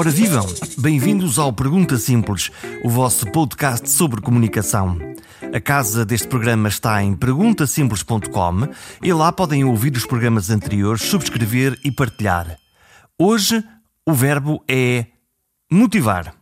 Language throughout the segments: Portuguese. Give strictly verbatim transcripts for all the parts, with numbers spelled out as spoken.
Ora vivam, bem-vindos ao Pergunta Simples, o vosso podcast sobre comunicação. A casa deste programa está em pergunta simples ponto com e lá podem ouvir os programas anteriores, subscrever e partilhar. Hoje o verbo é motivar.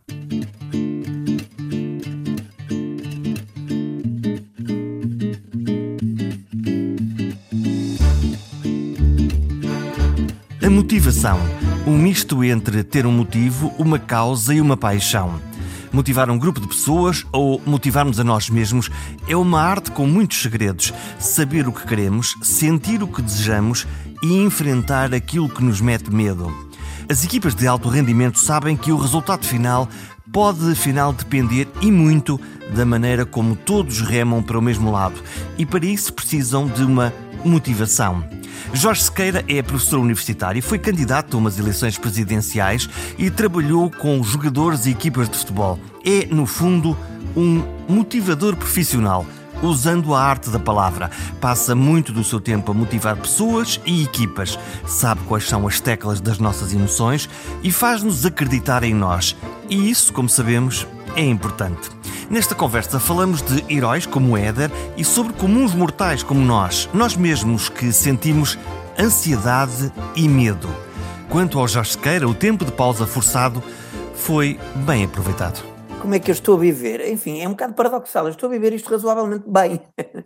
A motivação, um misto entre ter um motivo, uma causa e uma paixão. Motivar um grupo de pessoas ou motivar-nos a nós mesmos é uma arte com muitos segredos. Saber o que queremos, sentir o que desejamos e enfrentar aquilo que nos mete medo. As equipas de alto rendimento sabem que o resultado final pode, afinal, depender e muito da maneira como todos remam para o mesmo lado. E para isso precisam de uma motivação. Jorge Sequeira é professor universitário, foi candidato a umas eleições presidenciais e trabalhou com jogadores e equipas de futebol. É, no fundo, um motivador profissional, usando a arte da palavra. Passa muito do seu tempo a motivar pessoas e equipas. Sabe quais são as teclas das nossas emoções e faz-nos acreditar em nós. E isso, como sabemos, é importante. Nesta conversa falamos de heróis como Éder e sobre comuns mortais como nós, nós mesmos que sentimos ansiedade e medo. Quanto ao Jorge Sequeira, o tempo de pausa forçado foi bem aproveitado. Como é que eu estou a viver? Enfim, é um bocado paradoxal. Eu estou a viver isto razoavelmente bem.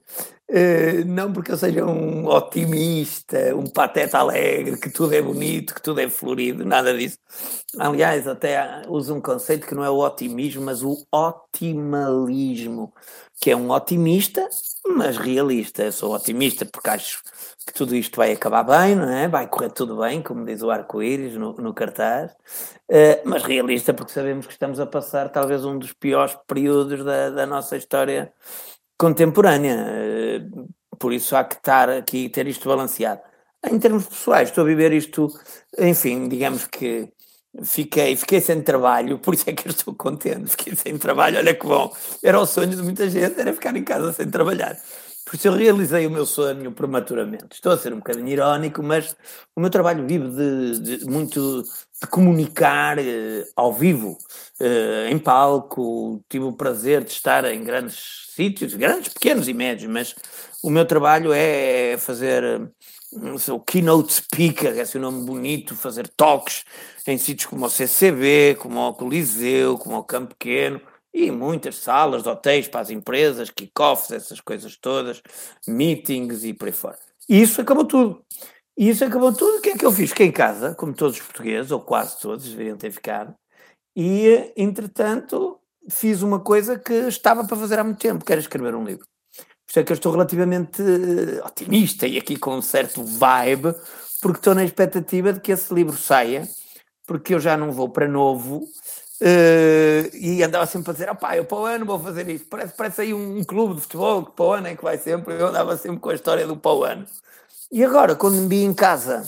uh, não porque eu seja um otimista, um pateta alegre, que tudo é bonito, que tudo é florido, nada disso. Aliás, até uso um conceito que não é o otimismo, mas o otimalismo, que é um otimista, mas realista. Eu sou otimista porque acho que tudo isto vai acabar bem, não é? Vai correr tudo bem, como diz o arco-íris no, no cartaz. Uh, mas realista porque sabemos que estamos a passar talvez um dos piores períodos da, da nossa história contemporânea. Uh, por isso há que estar aqui e ter isto balanceado. Em termos pessoais, estou a viver isto, enfim, digamos que fiquei, fiquei sem trabalho, por isso é que eu estou contente. Fiquei sem trabalho, olha que bom. Era o sonho de muita gente, era ficar em casa sem trabalhar. Por isso eu realizei o meu sonho prematuramente. Estou a ser um bocadinho irónico, mas o meu trabalho vive de, de muito de comunicar eh, ao vivo, eh, em palco. Tive o prazer de estar em grandes sítios, grandes, pequenos e médios, mas o meu trabalho é fazer o keynote speaker, esse é o nome bonito, fazer talks em sítios como o C C B, como o Coliseu, como o Campo Pequeno, e muitas salas de hotéis para as empresas, kick-offs, essas coisas todas, meetings e por aí fora. E isso acabou tudo. E isso acabou tudo. O que é que eu fiz? Fiquei em casa, como todos os portugueses, ou quase todos, deveriam ter ficado. E, entretanto, fiz uma coisa que estava para fazer há muito tempo, que era escrever um livro. Por isso é que eu estou relativamente otimista e aqui com um certo vibe, porque estou na expectativa de que esse livro saia, porque eu já não vou para novo. Uh, e andava sempre a dizer, opá, eu para o ano vou fazer isto, parece, parece aí um, um clube de futebol que para o ano é que vai sempre, eu andava sempre com a história do para o ano. E agora, quando me vi em casa,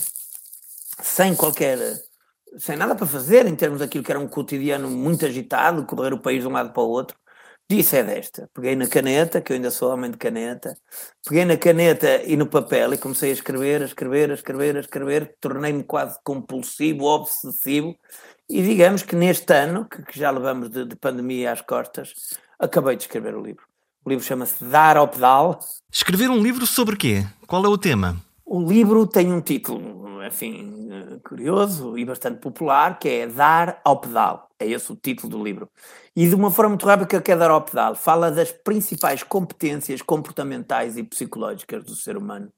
sem qualquer, sem nada para fazer, em termos daquilo que era um cotidiano muito agitado, correr o país de um lado para o outro, disse é desta, peguei na caneta, que eu ainda sou homem de caneta, peguei na caneta e no papel e comecei a escrever, a escrever, a escrever, a escrever, tornei-me quase compulsivo, obsessivo. E digamos que neste ano, que, que já levamos de, de pandemia às costas, acabei de escrever o livro. O livro chama-se Dar ao Pedal. Escrever um livro sobre quê? Qual é o tema? O livro tem um título, enfim, curioso e bastante popular, que é Dar ao Pedal. É esse o título do livro. E de uma forma muito rápida, que é Dar ao Pedal? Fala das principais competências comportamentais e psicológicas do ser humano.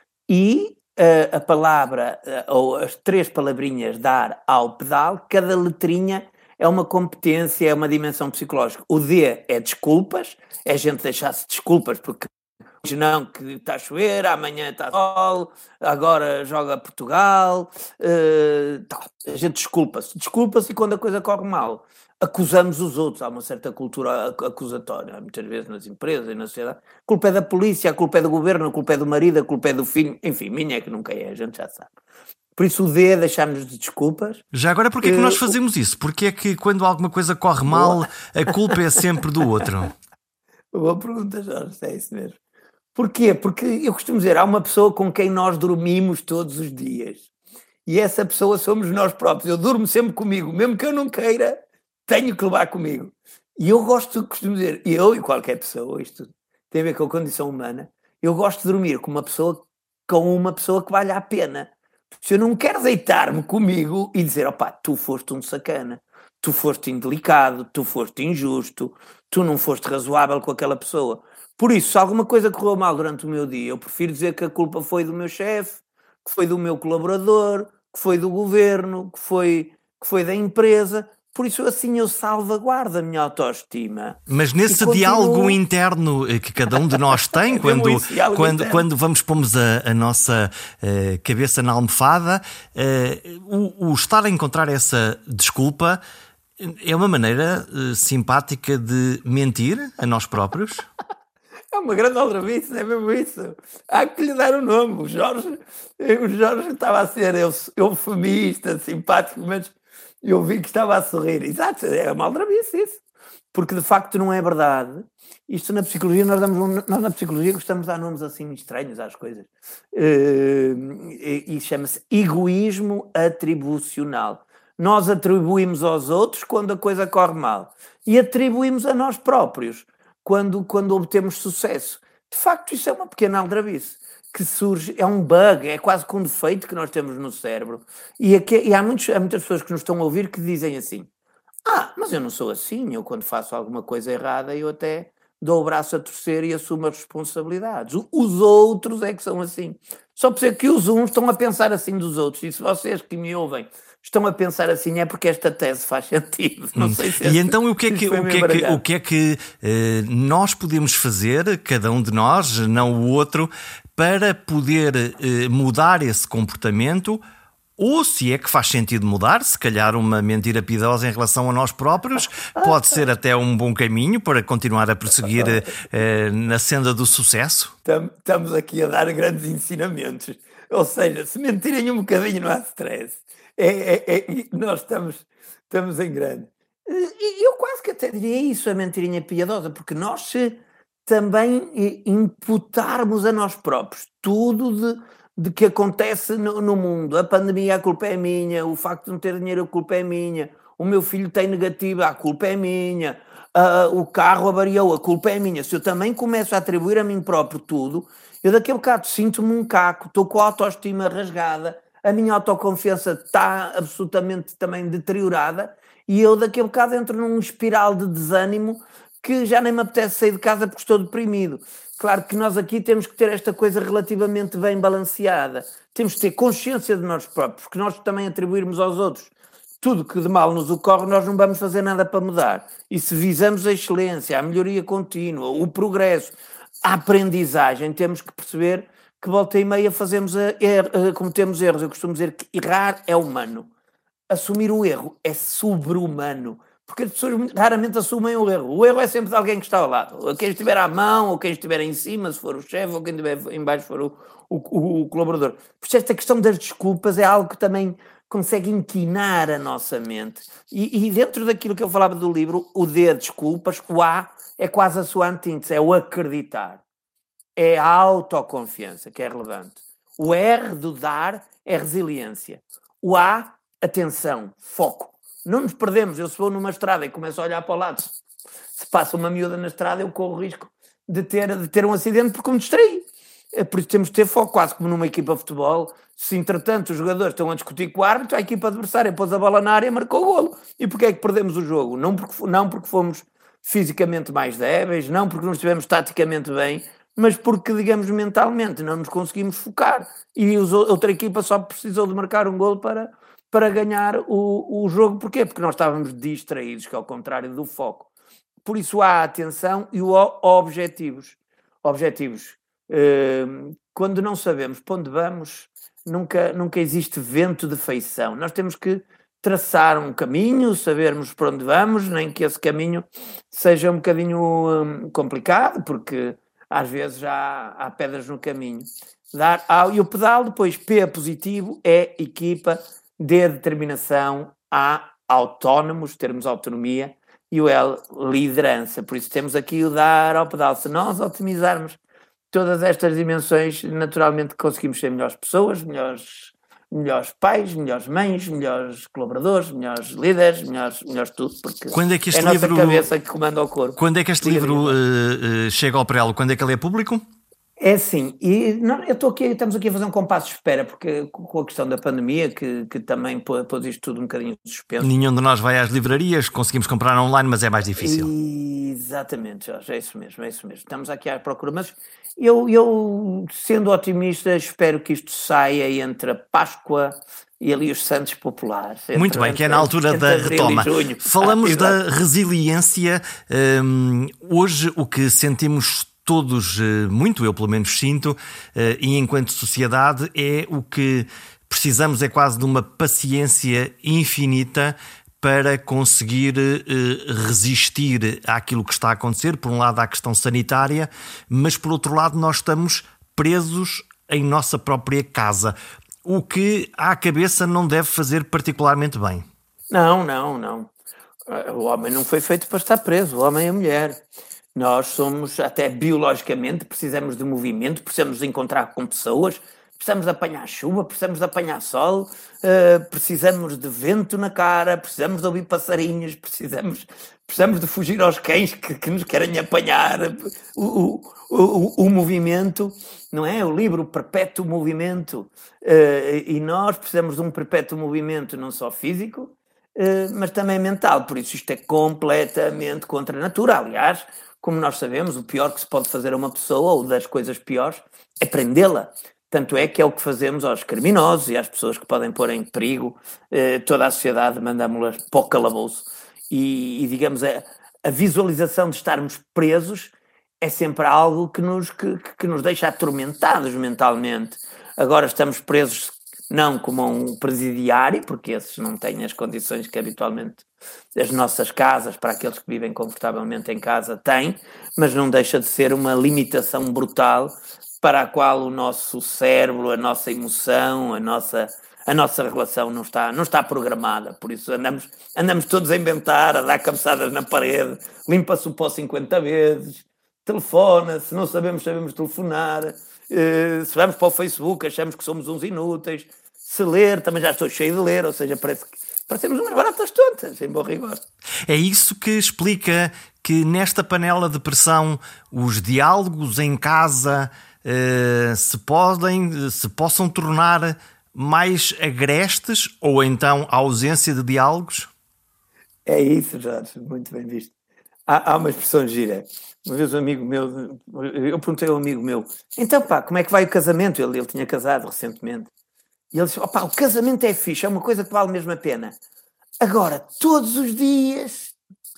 E Uh, a palavra, uh, ou as três palavrinhas dar ao pedal, cada letrinha é uma competência, é uma dimensão psicológica. O D é desculpas, é a gente deixar-se desculpas, porque hoje não, que está a chover, amanhã está sol, agora joga Portugal, uh, tá. A gente desculpa-se, desculpa-se e quando a coisa corre mal, acusamos os outros. Há uma certa cultura acusatória, muitas vezes nas empresas e na sociedade. A culpa é da polícia, a culpa é do governo, a culpa é do marido, a culpa é do filho. Enfim, minha é que nunca é, a gente já sabe. Por isso o D é deixar-nos de desculpas. Já agora, porquê é que nós fazemos isso? Porquê é que quando alguma coisa corre mal, a culpa é sempre do outro? Boa pergunta, Jorge, é isso mesmo. Porquê? Porque eu costumo dizer, há uma pessoa com quem nós dormimos todos os dias. E essa pessoa somos nós próprios. Eu durmo sempre comigo, mesmo que eu não queira, tenho que levar comigo. E eu gosto, costumo dizer, eu e qualquer pessoa, isto tem a ver com a condição humana, eu gosto de dormir com uma pessoa, com uma pessoa que vale a pena. Se eu não quero deitar-me comigo e dizer, opá, tu foste um sacana, tu foste indelicado, tu foste injusto, tu não foste razoável com aquela pessoa. Por isso, se alguma coisa correu mal durante o meu dia, eu prefiro dizer que a culpa foi do meu chefe, que foi do meu colaborador, que foi do governo, que foi, que foi da empresa. Por isso, assim, eu salvaguardo a minha autoestima. Mas nesse continuo... diálogo interno que cada um de nós tem, quando, quando, quando vamos pomos a, a nossa uh, cabeça na almofada, uh, o, o estar a encontrar essa desculpa é uma maneira uh, simpática de mentir a nós próprios? É uma grande aldrabice, é mesmo isso. Há que lhe dar o um nome. O Jorge, o Jorge estava a ser eufemista, simpático, mas eu vi que estava a sorrir. Exato, é uma aldrabice isso. Porque de facto não é verdade. Isto na psicologia, nós, damos, nós na psicologia gostamos de dar nomes assim estranhos às coisas. E, e chama-se egoísmo atribucional. Nós atribuímos aos outros quando a coisa corre mal. E atribuímos a nós próprios quando, quando obtemos sucesso. De facto, isso é uma pequena aldrabice que surge, é um bug, é quase que um defeito que nós temos no cérebro. E, aqui, e há, muitos, há muitas pessoas que nos estão a ouvir que dizem assim, ah, mas eu não sou assim, eu quando faço alguma coisa errada eu até dou o braço a torcer e assumo as responsabilidades. Os outros é que são assim. Só por ser que os uns estão a pensar assim dos outros. E se vocês que me ouvem estão a pensar assim, é porque esta tese faz sentido. Não sei se e este, então o que é que, o que, é que, o que, é que eh, nós podemos fazer, cada um de nós, não o outro, para poder eh, mudar esse comportamento? Ou se é que faz sentido mudar, se calhar uma mentira piedosa em relação a nós próprios pode ser até um bom caminho para continuar a prosseguir eh, na senda do sucesso? Estamos aqui a dar grandes ensinamentos. Ou seja, se mentirem um bocadinho não há stress. É, é, é, nós estamos, estamos em grande. E eu quase que até diria isso, a mentirinha piedosa, porque nós se também imputarmos a nós próprios tudo de, de que acontece no, no mundo, a pandemia, a culpa é minha, o facto de não ter dinheiro, a culpa é minha, o meu filho tem negativa, a culpa é minha, uh, o carro avariou, a culpa é minha. Se eu também começo a atribuir a mim próprio tudo, eu daqui a bocado sinto-me um caco, estou com a autoestima rasgada, a minha autoconfiança está absolutamente também deteriorada e eu daqui a bocado entro num espiral de desânimo que já nem me apetece sair de casa porque estou deprimido. Claro que nós aqui temos que ter esta coisa relativamente bem balanceada. Temos que ter consciência de nós próprios, porque nós também atribuirmos aos outros tudo que de mal nos ocorre, nós não vamos fazer nada para mudar. E se visamos a excelência, a melhoria contínua, o progresso, a aprendizagem, temos que perceber que volta e meia fazemos a er, a, cometemos erros. Eu costumo dizer que errar é humano. Assumir o erro é sobre-humano. Porque as pessoas raramente assumem o erro. O erro é sempre de alguém que está ao lado. Ou quem estiver à mão, ou quem estiver em cima, se for o chefe, ou quem estiver em baixo, se for o, o, o, o colaborador. Por isso esta questão das desculpas é algo que também consegue inquinar a nossa mente. E, e dentro daquilo que eu falava do livro, o D, desculpas, o A é quase a sua antítese, é o acreditar. É a autoconfiança que é relevante. O R do dar é resiliência. O A, atenção, foco. Não nos perdemos. Eu se vou numa estrada e começo a olhar para o lado, se passa uma miúda na estrada, eu corro o risco de ter, de ter um acidente porque me distraí. É por isso que temos de ter foco, quase como numa equipa de futebol. Se entretanto os jogadores estão a discutir com o árbitro, a equipa adversária pôs a bola na área e marcou o golo. E porquê é que perdemos o jogo? Não porque, não porque fomos fisicamente mais débeis, não porque não estivemos taticamente bem, mas porque, digamos, mentalmente não nos conseguimos focar. E a outra equipa só precisou de marcar um golo para, para ganhar o, o jogo. Porquê? Porque nós estávamos distraídos, que é ao contrário do foco. Por isso há a atenção e o objetivos. Objetivos. Uh, quando não sabemos para onde vamos, nunca, nunca existe vento de feição. Nós temos que traçar um caminho, sabermos para onde vamos, nem que esse caminho seja um bocadinho um, complicado, porque às vezes já há, há pedras no caminho. Dar, ah, e o pedal depois, P positivo, é equipa, D determinação, A autónomos, termos autonomia, e o L liderança. Por isso temos aqui o dar ao pedal. Se nós otimizarmos todas estas dimensões, naturalmente conseguimos ser melhores pessoas, melhores melhores pais, melhores mães, melhores colaboradores, melhores líderes, melhores, melhores tudo, porque quando é que este é a livro, nossa cabeça que comanda o corpo. Quando é que este livro uh, uh, chega ao prelo? Quando é que ele é público? É assim, e não, eu estou aqui, estamos aqui a fazer um compasso de espera, porque com a questão da pandemia, que, que também pôs, pôs isto tudo um bocadinho de suspenso. Nenhum de nós vai às livrarias, conseguimos comprar online, mas é mais difícil. Exatamente, Jorge, é isso mesmo, é isso mesmo. Estamos aqui à procura, mas eu, eu sendo otimista, espero que isto saia entre a Páscoa e ali os Santos Populares. Entre, Muito bem, que é na altura da retoma. Falamos ah, da resiliência. Um, hoje o que sentimos todos, muito, eu pelo menos sinto, e enquanto sociedade, é o que precisamos, é quase de uma paciência infinita para conseguir resistir àquilo que está a acontecer. Por um lado, à questão sanitária, mas por outro lado, nós estamos presos em nossa própria casa, o que à cabeça não deve fazer particularmente bem. Não, não, não. O homem não foi feito para estar preso, o homem é a mulher. Nós somos, até biologicamente, precisamos de movimento, precisamos de encontrar com pessoas, precisamos de apanhar chuva, precisamos de apanhar sol, uh, precisamos de vento na cara, precisamos de ouvir passarinhos, precisamos, precisamos de fugir aos cães que, que nos querem apanhar. O, o, o, o movimento, não é? O livro Perpétuo Movimento. Uh, e nós precisamos de um perpétuo movimento, não só físico, uh, mas também mental. Por isso isto é completamente contra a natura. Aliás, como nós sabemos, o pior que se pode fazer a uma pessoa, ou das coisas piores, é prendê-la. Tanto é que é o que fazemos aos criminosos e às pessoas que podem pôr em perigo eh, toda a sociedade, mandamos-las para o calabouço. E, e digamos, a, a visualização de estarmos presos é sempre algo que nos, que, que nos deixa atormentados mentalmente. Agora estamos presos não como um presidiário, porque esses não têm as condições que habitualmente as nossas casas, para aqueles que vivem confortavelmente em casa, têm, mas não deixa de ser uma limitação brutal para a qual o nosso cérebro, a nossa emoção, a nossa, a nossa relação não está, não está programada. Por isso andamos, andamos todos a inventar, a dar cabeçadas na parede, limpa-se o pó cinquenta vezes, telefona, se não sabemos, sabemos telefonar, uh, se vamos para o Facebook, achamos que somos uns inúteis, se ler, também já estou cheio de ler, ou seja, parece que parecemos umas baratas tontas, em bom rigor. É isso que explica que nesta panela de pressão os diálogos em casa uh, se podem, se possam tornar mais agrestes, ou então a ausência de diálogos? É isso, Jorge, muito bem visto. Há, há uma expressão gira. Uma vez um amigo meu, eu perguntei a um amigo meu, então pá, como é que vai o casamento? Ele, ele tinha casado recentemente. E ele disse, opá, o casamento é fixe, é uma coisa que vale mesmo a pena. Agora, todos os dias...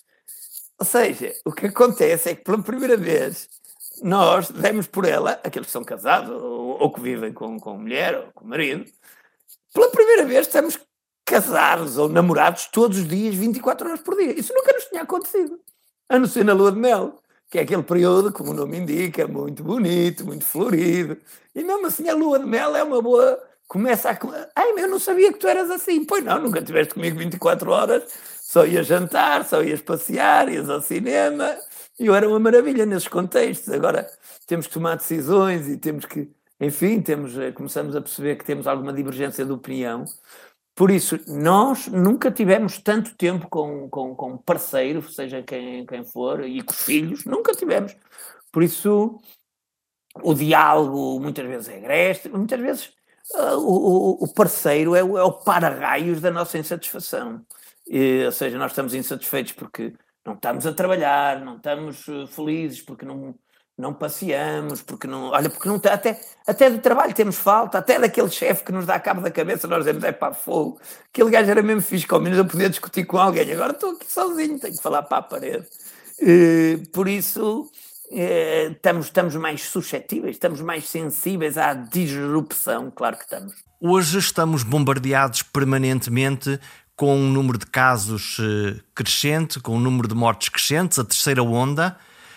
Ou seja, o que acontece é que pela primeira vez nós demos por ela, aqueles que são casados ou, ou que vivem com, com mulher ou com marido, pela primeira vez estamos casados ou namorados todos os dias, vinte e quatro horas por dia. Isso nunca nos tinha acontecido. A não ser na lua de mel, que é aquele período, como o nome indica, muito bonito, muito florido. E mesmo assim a lua de mel é uma boa... Começa a... Ai, eu não sabia que tu eras assim. Pois não, nunca estiveste comigo vinte e quatro horas. Só ias jantar, só ias passear, ias ao cinema. E eu era uma maravilha nesses contextos. Agora temos que tomar decisões e temos que... Enfim, temos, começamos a perceber que temos alguma divergência de opinião. Por isso, nós nunca tivemos tanto tempo com, com, com parceiro, seja quem, quem for, e com os filhos. Nunca tivemos. Por isso, o diálogo muitas vezes é agreste, muitas vezes... Uh, o, o parceiro é o, é o para-raios da nossa insatisfação. E, ou seja, nós estamos insatisfeitos porque não estamos a trabalhar, não estamos uh, felizes, porque não, não passeamos, porque não... Olha, porque não... Até, até do trabalho temos falta, até daquele chefe que nos dá cabo da cabeça, nós dizemos, é pá, fogo. Aquele gajo era mesmo fixe, ao menos eu podia discutir com alguém. Agora estou aqui sozinho, tenho que falar para a parede. Uh, por isso... Eh, estamos, estamos mais suscetíveis, estamos mais sensíveis à disrupção, claro que estamos. Hoje estamos bombardeados permanentemente com um número de casos eh, crescente, com um número de mortes crescentes, a terceira onda.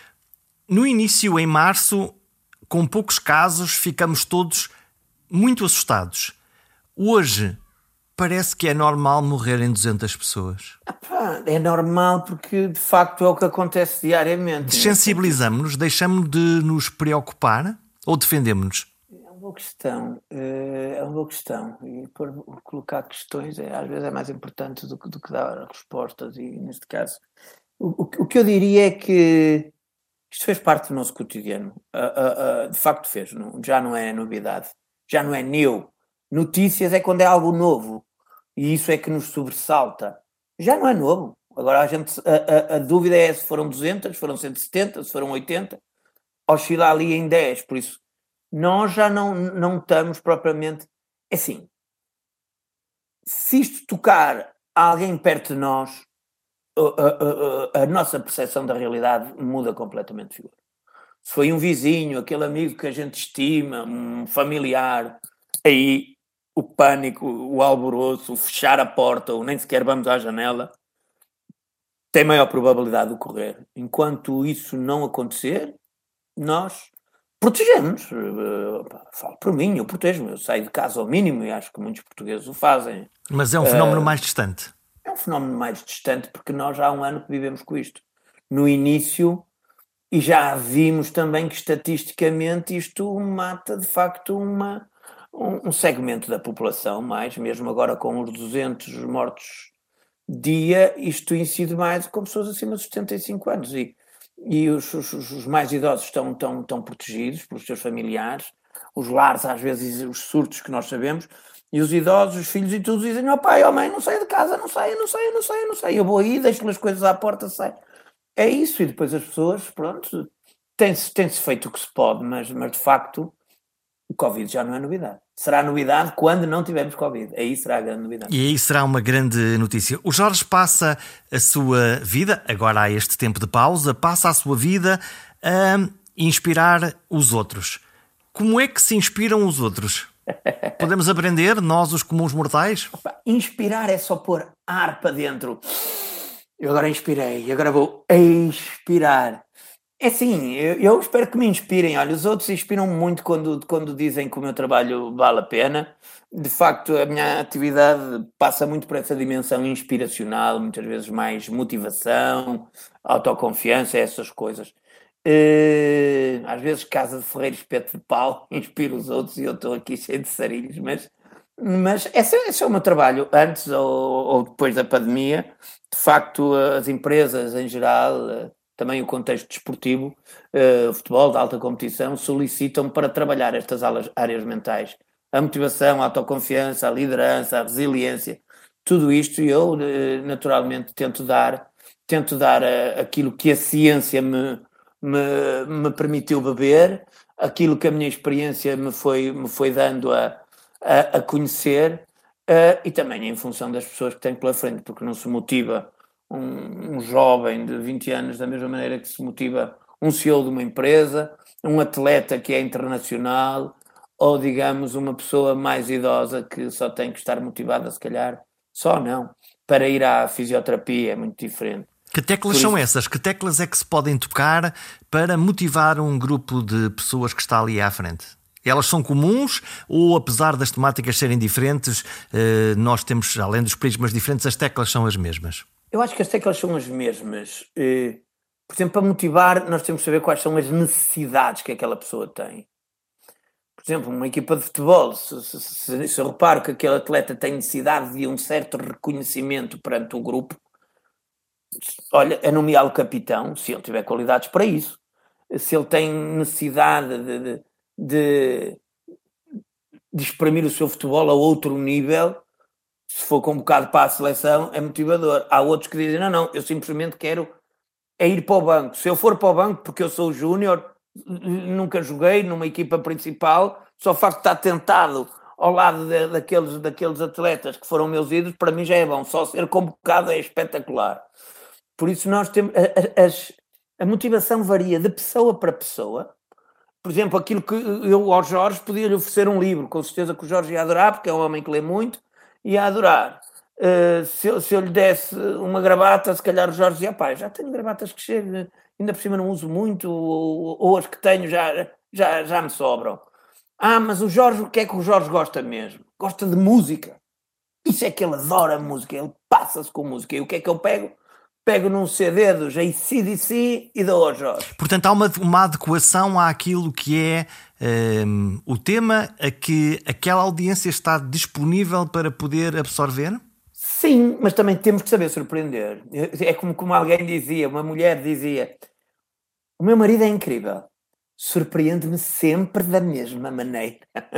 No início, em março, com poucos casos, ficamos todos muito assustados. Hoje, parece que é normal morrerem duzentas pessoas. Epá, é normal porque, de facto, é o que acontece diariamente. Desensibilizamos-nos, deixamos de nos preocupar ou defendemos-nos? boa questão, eh, é uma boa questão. E por, colocar questões é, às vezes é mais importante do que, do que dar respostas. E neste caso, o, o, o que eu diria é que isto fez parte do nosso cotidiano. Uh, uh, uh, de facto fez, não, já não é novidade, já não é new. Notícias é quando é algo novo e isso é que nos sobressalta. Já não é novo. Agora a gente, a, a, a dúvida é se foram duzentas, se foram cento e setenta, se foram oitenta, oscila ali em dez, por isso nós já não, não estamos propriamente... É assim, se isto tocar a alguém perto de nós, a, a, a, a nossa percepção da realidade muda completamente de figura. Se foi um vizinho, aquele amigo que a gente estima, um familiar, aí o pânico, o alvoroço, o fechar a porta ou nem sequer vamos à janela, tem maior probabilidade de ocorrer. Enquanto isso não acontecer, nós protegemos. Falo por mim, eu protejo-me. Eu saio de casa ao mínimo e acho que muitos portugueses o fazem. Mas é um fenómeno uh, mais distante. É um fenómeno mais distante porque nós já há um ano que vivemos com isto. No início, e já vimos também que estatisticamente isto mata de facto uma, um, um segmento da população, mais mesmo agora com os duzentos mortos dia, isto incide mais com pessoas acima dos setenta e cinco anos e, e os, os, os mais idosos estão, estão, estão protegidos pelos seus familiares, os lares às vezes, os surtos que nós sabemos, e os idosos, os filhos e tudo dizem, ó pai, ó mãe, não saia de casa, não saia, não saia, não saia, não saia, eu vou aí, deixo as coisas à porta, saio. É isso, e depois as pessoas, pronto, tem-se, tem-se feito o que se pode, mas, mas de facto o Covid já não é novidade. Será novidade quando não tivermos Covid. Aí será a grande novidade. E aí será uma grande notícia. O Jorge passa a sua vida, agora há este tempo de pausa, passa a sua vida a inspirar os outros. Como é que se inspiram os outros? Podemos aprender, nós os comuns mortais? Opa, inspirar é só pôr ar para dentro. Eu agora inspirei, agora vou expirar. É assim, eu, eu espero que me inspirem. Olha, os outros inspiram muito quando, quando dizem que o meu trabalho vale a pena. De facto, a minha atividade passa muito por essa dimensão inspiracional, muitas vezes mais motivação, autoconfiança, essas coisas. Uh, às vezes, casa de ferreiro, espeto de pau, inspiro os outros e eu estou aqui cheio de sarilhos, mas, mas esse, esse é o meu trabalho, antes ou, ou depois da pandemia. De facto, as empresas em geral... também o contexto desportivo, uh, o futebol de alta competição, solicitam para trabalhar estas áreas mentais. A motivação, a autoconfiança, a liderança, a resiliência, tudo isto eu, uh, naturalmente, tento dar, tento dar uh, aquilo que a ciência me, me, me permitiu beber, aquilo que a minha experiência me foi, me foi dando a, a, a conhecer, uh, e também em função das pessoas que tenho pela frente, porque não se motiva Um, um jovem de vinte anos da mesma maneira que se motiva um C E O de uma empresa, um atleta que é internacional, ou digamos uma pessoa mais idosa que só tem que estar motivada, se calhar, só não, para ir à fisioterapia, é muito diferente. Que teclas são essas? Que teclas é que se podem tocar para motivar um grupo de pessoas que está ali à frente? Elas são comuns ou, apesar das temáticas serem diferentes, nós temos, além dos prismas diferentes, as teclas são as mesmas? Eu acho que as teclas são as mesmas. Por exemplo, para motivar, nós temos que saber quais são as necessidades que aquela pessoa tem. Por exemplo, uma equipa de futebol, se, se, se, se eu reparo que aquele atleta tem necessidade de um certo reconhecimento perante o grupo, olha, é nomeá-lo capitão, se ele tiver qualidades para isso. Se ele tem necessidade de, de, de, de exprimir o seu futebol a outro nível, se for convocado para a seleção, é motivador. Há outros que dizem, não, não, eu simplesmente quero é ir para o banco. Se eu for para o banco, porque eu sou júnior, nunca joguei numa equipa principal, só o facto de estar tentado ao lado de, daqueles, daqueles atletas que foram meus ídolos, para mim já é bom. Só ser convocado é espetacular. Por isso nós temos... A, a, as, a motivação varia de pessoa para pessoa. Por exemplo, aquilo que eu ao Jorge podia-lhe oferecer um livro, com certeza que o Jorge ia adorar, porque é um homem que lê muito, ia adorar. Uh, se, eu, se eu lhe desse uma gravata, se calhar o Jorge dizia, pá, já tenho gravatas que chegam, ainda por cima não uso muito, ou, ou as que tenho já, já, já me sobram. Ah, mas o Jorge, o que é que o Jorge gosta mesmo? Gosta de música. Isso é que ele adora música, ele passa-se com música. E o que é que eu pego? Pego num C D dos A C/D C e dou ao Jorge. Portanto, há uma, uma adequação àquilo que é um, o tema a que aquela audiência está disponível para poder absorver? Sim, mas também temos que saber surpreender. É como, como alguém dizia, uma mulher dizia: o meu marido é incrível, surpreende-me sempre da mesma maneira.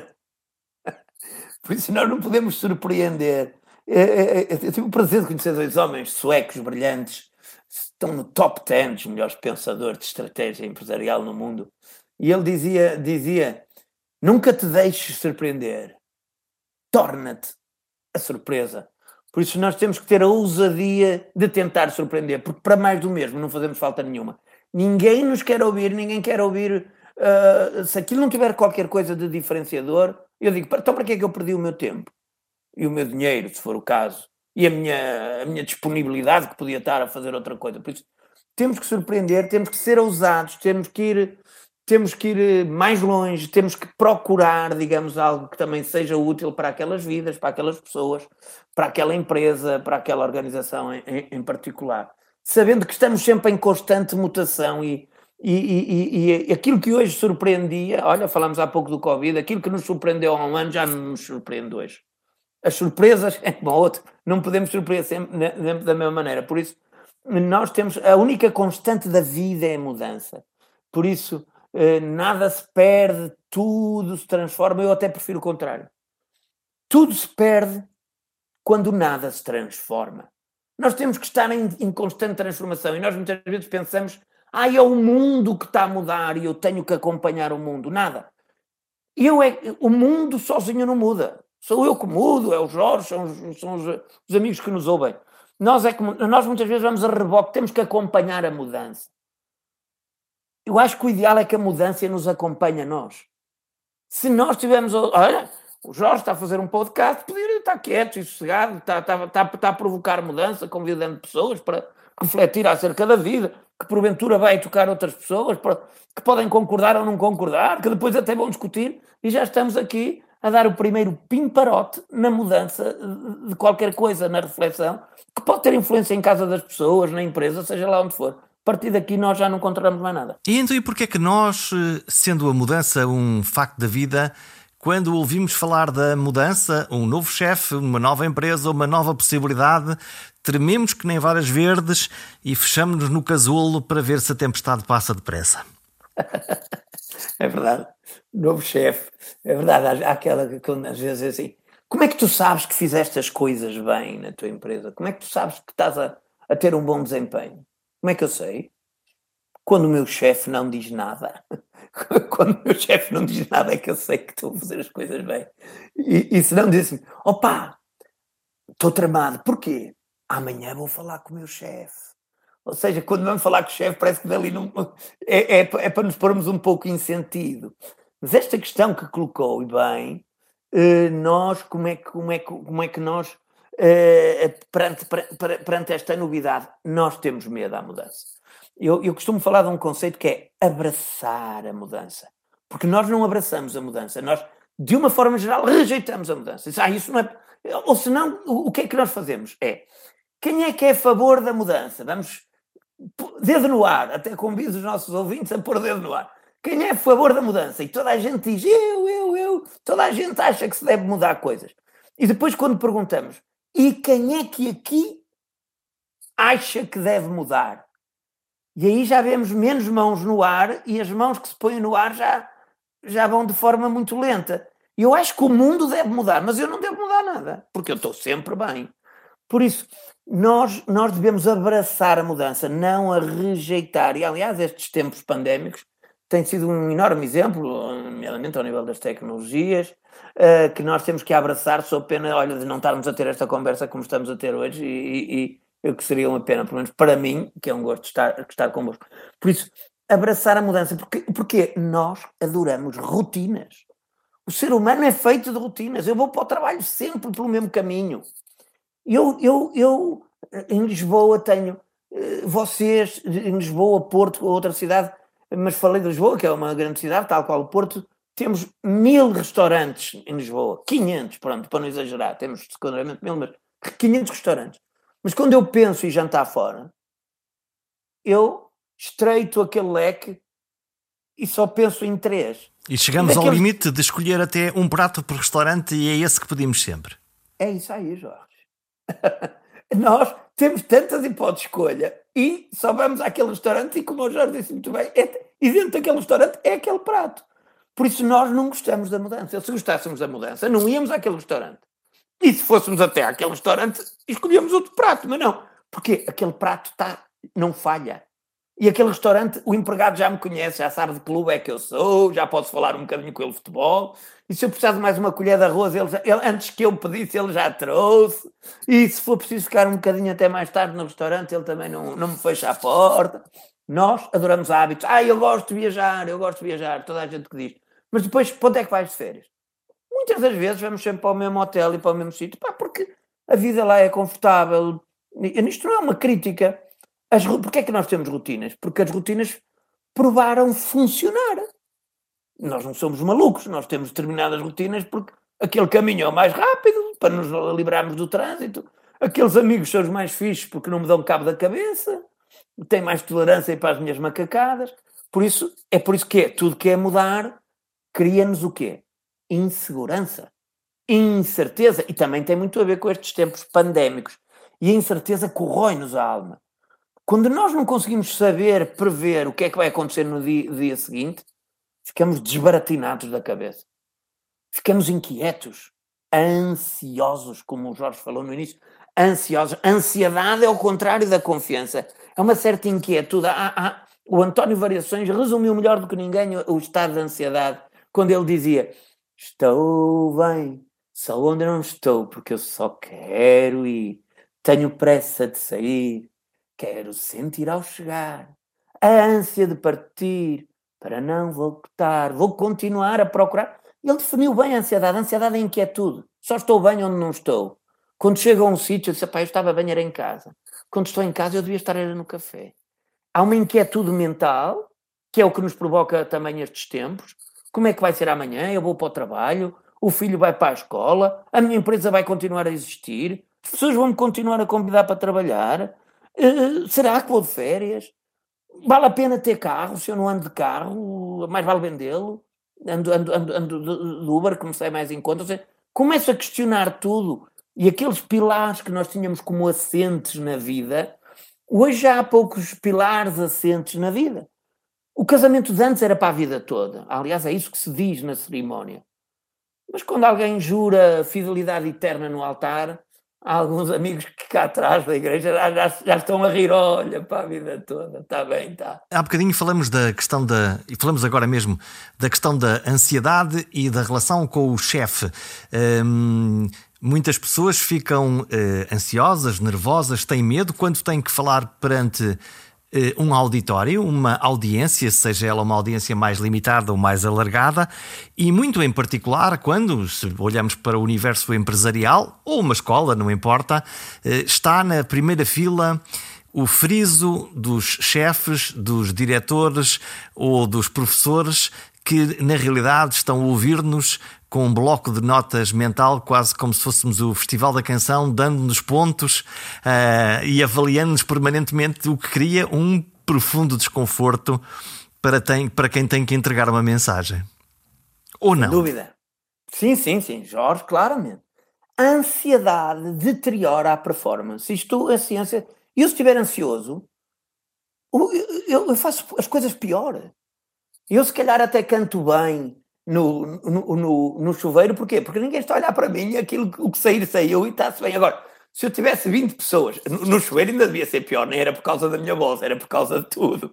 Por isso nós não podemos surpreender. Eu tive o prazer de conhecer dois homens suecos brilhantes, estão no top dez dos melhores pensadores de estratégia empresarial no mundo. E ele dizia, dizia: nunca te deixes surpreender, torna-te a surpresa. Por isso nós temos que ter a ousadia de tentar surpreender, porque para mais do mesmo não fazemos falta nenhuma. Ninguém nos quer ouvir, ninguém quer ouvir. Uh, se aquilo não tiver qualquer coisa de diferenciador, eu digo: então para que é que eu perdi o meu tempo? E o meu dinheiro, se for o caso, e a minha, a minha disponibilidade, que podia estar a fazer outra coisa. Por isso, temos que surpreender, temos que ser ousados, temos que ir, temos que ir mais longe, temos que procurar, digamos, algo que também seja útil para aquelas vidas, para aquelas pessoas, para aquela empresa, para aquela organização em, em, em particular. Sabendo que estamos sempre em constante mutação e, e, e, e aquilo que hoje surpreendia, olha, falámos há pouco do Covid, aquilo que nos surpreendeu há um ano já não nos surpreende hoje. As surpresas é como a outra, não podemos surpreender sempre da mesma maneira. Por isso, nós temos, a única constante da vida é a mudança. Por isso, nada se perde, tudo se transforma. Eu até prefiro o contrário. Tudo se perde quando nada se transforma. Nós temos que estar em, em constante transformação e nós muitas vezes pensamos: ah, é o mundo que está a mudar e eu tenho que acompanhar o mundo. Nada. Eu é, o mundo sozinho não muda. Sou eu que mudo, é o Jorge, são os, são os, os amigos que nos ouvem. Nós, é que, nós muitas vezes vamos a reboque, temos que acompanhar a mudança. Eu acho que o ideal é que a mudança nos acompanhe a nós. Se nós tivermos... Olha, o Jorge está a fazer um podcast, poderia estar quieto e sossegado, está, está, está, está a provocar mudança, convidando pessoas para refletir acerca da vida, que porventura vai tocar outras pessoas, para, que podem concordar ou não concordar, que depois até vão discutir, e já estamos aqui a dar o primeiro pimparote na mudança de qualquer coisa, na reflexão, que pode ter influência em casa das pessoas, na empresa, seja lá onde for. A partir daqui nós já não controlamos mais nada. E então, e porquê é que nós, sendo a mudança um facto da vida, quando ouvimos falar da mudança, um novo chefe, uma nova empresa, uma nova possibilidade, trememos que nem varas verdes e fechamos-nos no casulo para ver se a tempestade passa depressa? É verdade. Novo chefe. É verdade. Há aquela que às vezes é assim: como é que tu sabes que fizeste as coisas bem na tua empresa? Como é que tu sabes que estás a, a ter um bom desempenho? Como é que eu sei? Quando o meu chefe não diz nada. Quando o meu chefe não diz nada é que eu sei que estou a fazer as coisas bem. E, e se não diz assim: opá, estou tramado. Porquê? Amanhã vou falar com o meu chefe. Ou seja, quando vamos falar com o chefe, parece que dali não... É, é, é para nos pormos um pouco em sentido. Mas esta questão que colocou, e bem, nós, como é que, como é que, como é que nós, perante, perante, perante esta novidade, nós temos medo à mudança. Eu, eu costumo falar de um conceito que é abraçar a mudança. Porque nós não abraçamos a mudança. Nós, de uma forma geral, rejeitamos a mudança. Ah, isso não é... Ou senão, o, o que é que nós fazemos? É, quem é que é a favor da mudança? Vamos... Dedo no ar, até convido os nossos ouvintes a pôr dedo no ar. Quem é a favor da mudança? E toda a gente diz: eu, eu, eu. Toda a gente acha que se deve mudar coisas. E depois, quando perguntamos: e quem é que aqui acha que deve mudar? E aí já vemos menos mãos no ar, e as mãos que se põem no ar já, já vão de forma muito lenta. E eu acho que o mundo deve mudar, mas eu não devo mudar nada, porque eu estou sempre bem. Por isso, nós, nós devemos abraçar a mudança, não a rejeitar. E, aliás, estes tempos pandémicos têm sido um enorme exemplo, nomeadamente ao nível das tecnologias, uh, que nós temos que abraçar, sob pena, olha, de não estarmos a ter esta conversa como estamos a ter hoje, e, e, e que seria uma pena, pelo menos para mim, que é um gosto de estar, estar convosco. Por isso, abraçar a mudança, porque, porque nós adoramos rotinas. O ser humano é feito de rotinas. Eu vou para o trabalho sempre pelo mesmo caminho. Eu, eu, eu em Lisboa tenho uh, vocês, em Lisboa, Porto, outra cidade, mas falei de Lisboa, que é uma grande cidade, tal qual o Porto, temos mil restaurantes em Lisboa, quinhentos, pronto, para não exagerar, temos secundariamente mil, mas quinhentos restaurantes. Mas quando eu penso em jantar fora, eu estreito aquele leque e só penso em três. E chegamos daqueles... ao limite de escolher até um prato por restaurante e é esse que pedimos sempre. É isso aí, Jorge. Nós temos tantas hipóteses de escolha e só vamos àquele restaurante e, como o Jorge disse muito bem, é, e dentro daquele restaurante é aquele prato. Por isso nós não gostamos da mudança. Se gostássemos da mudança, não íamos àquele restaurante. E se fôssemos até àquele restaurante, escolhíamos outro prato, mas não. Porque aquele prato tá, não falha. E aquele restaurante, o empregado já me conhece, já sabe de que clube é que eu sou, já posso falar um bocadinho com ele de futebol. E se eu precisar de mais uma colher de arroz, ele, já, ele antes que eu pedisse, ele já trouxe. E se for preciso ficar um bocadinho até mais tarde no restaurante, ele também não, não me fecha a porta. Nós adoramos hábitos. Ah, eu gosto de viajar, eu gosto de viajar, toda a gente que diz. Mas depois, para onde é que vais de férias? Muitas das vezes vamos sempre para o mesmo hotel e para o mesmo sítio, pá, porque a vida lá é confortável. E isto não é uma crítica. As, porque é que nós temos rotinas? Porque as rotinas provaram funcionar. Nós não somos malucos, nós temos determinadas rotinas porque aquele caminho é o mais rápido, para nos livrarmos do trânsito. Aqueles amigos são os mais fixes porque não me dão cabo da cabeça. Têm mais tolerância para as minhas macacadas. Por isso, é por isso que é, tudo que é mudar cria-nos o quê? Insegurança, incerteza, e também tem muito a ver com estes tempos pandémicos. E a incerteza corrói-nos a alma. Quando nós não conseguimos saber, prever o que é que vai acontecer no dia, dia seguinte, ficamos desbaratinados da cabeça. Ficamos inquietos, ansiosos, como o Jorge falou no início. Ansiosos. Ansiedade é o contrário da confiança. É uma certa inquietude. Ah, ah, o António Variações resumiu melhor do que ninguém o estado de ansiedade, quando ele dizia: estou bem, só onde não estou, porque eu só quero ir. Tenho pressa de sair. Quero sentir ao chegar a ânsia de partir para não voltar. Vou continuar a procurar. Ele definiu bem a ansiedade. A ansiedade é inquietude. Só estou bem onde não estou. Quando chego a um sítio, eu disse: pá, eu estava bem, era em casa. Quando estou em casa, eu devia estar era no café. Há uma inquietude mental, que é o que nos provoca também estes tempos. Como é que vai ser amanhã? Eu vou para o trabalho, o filho vai para a escola, a minha empresa vai continuar a existir, as pessoas vão me continuar a convidar para trabalhar. Uh, será que vou de férias? Vale a pena ter carro? Se eu não ando de carro, mais vale vendê-lo. Ando, ando, ando, ando de Uber, que me sai mais em conta. Ou seja, começo a questionar tudo. E aqueles pilares que nós tínhamos como assentes na vida, hoje já há poucos pilares assentes na vida. O casamento de antes era para a vida toda. Aliás, é isso que se diz na cerimónia. Mas quando alguém jura fidelidade eterna no altar, há alguns amigos que cá atrás da igreja já, já, já estão a rir, olha, para a vida toda, está bem, está. Há bocadinho falamos da questão da, e falamos agora mesmo, da questão da ansiedade e da relação com o chefe. Hum, muitas pessoas ficam uh, ansiosas, nervosas, têm medo quando têm que falar perante um auditório, uma audiência, seja ela uma audiência mais limitada ou mais alargada, e muito em particular quando, se olhamos para o universo empresarial, ou uma escola, não importa, está na primeira fila o friso dos chefes, dos diretores ou dos professores que, na realidade, estão a ouvir-nos com um bloco de notas mental, quase como se fôssemos o Festival da Canção, dando-nos pontos uh, e avaliando-nos permanentemente, o que cria um profundo desconforto para, tem, para quem tem que entregar uma mensagem. Ou não? Sem dúvida. Sim, sim, sim, Jorge, claramente. A ansiedade deteriora a performance. Isto, a ciência... Eu, se estiver ansioso, eu, eu faço as coisas pior. Eu, se calhar, até canto bem no, no, no, no chuveiro. Porquê? Porque ninguém está a olhar para mim e aquilo, o que sair, saiu e está-se bem. Agora, se eu tivesse vinte pessoas no, no chuveiro, ainda devia ser pior. Nem era por causa da minha voz, era por causa de tudo.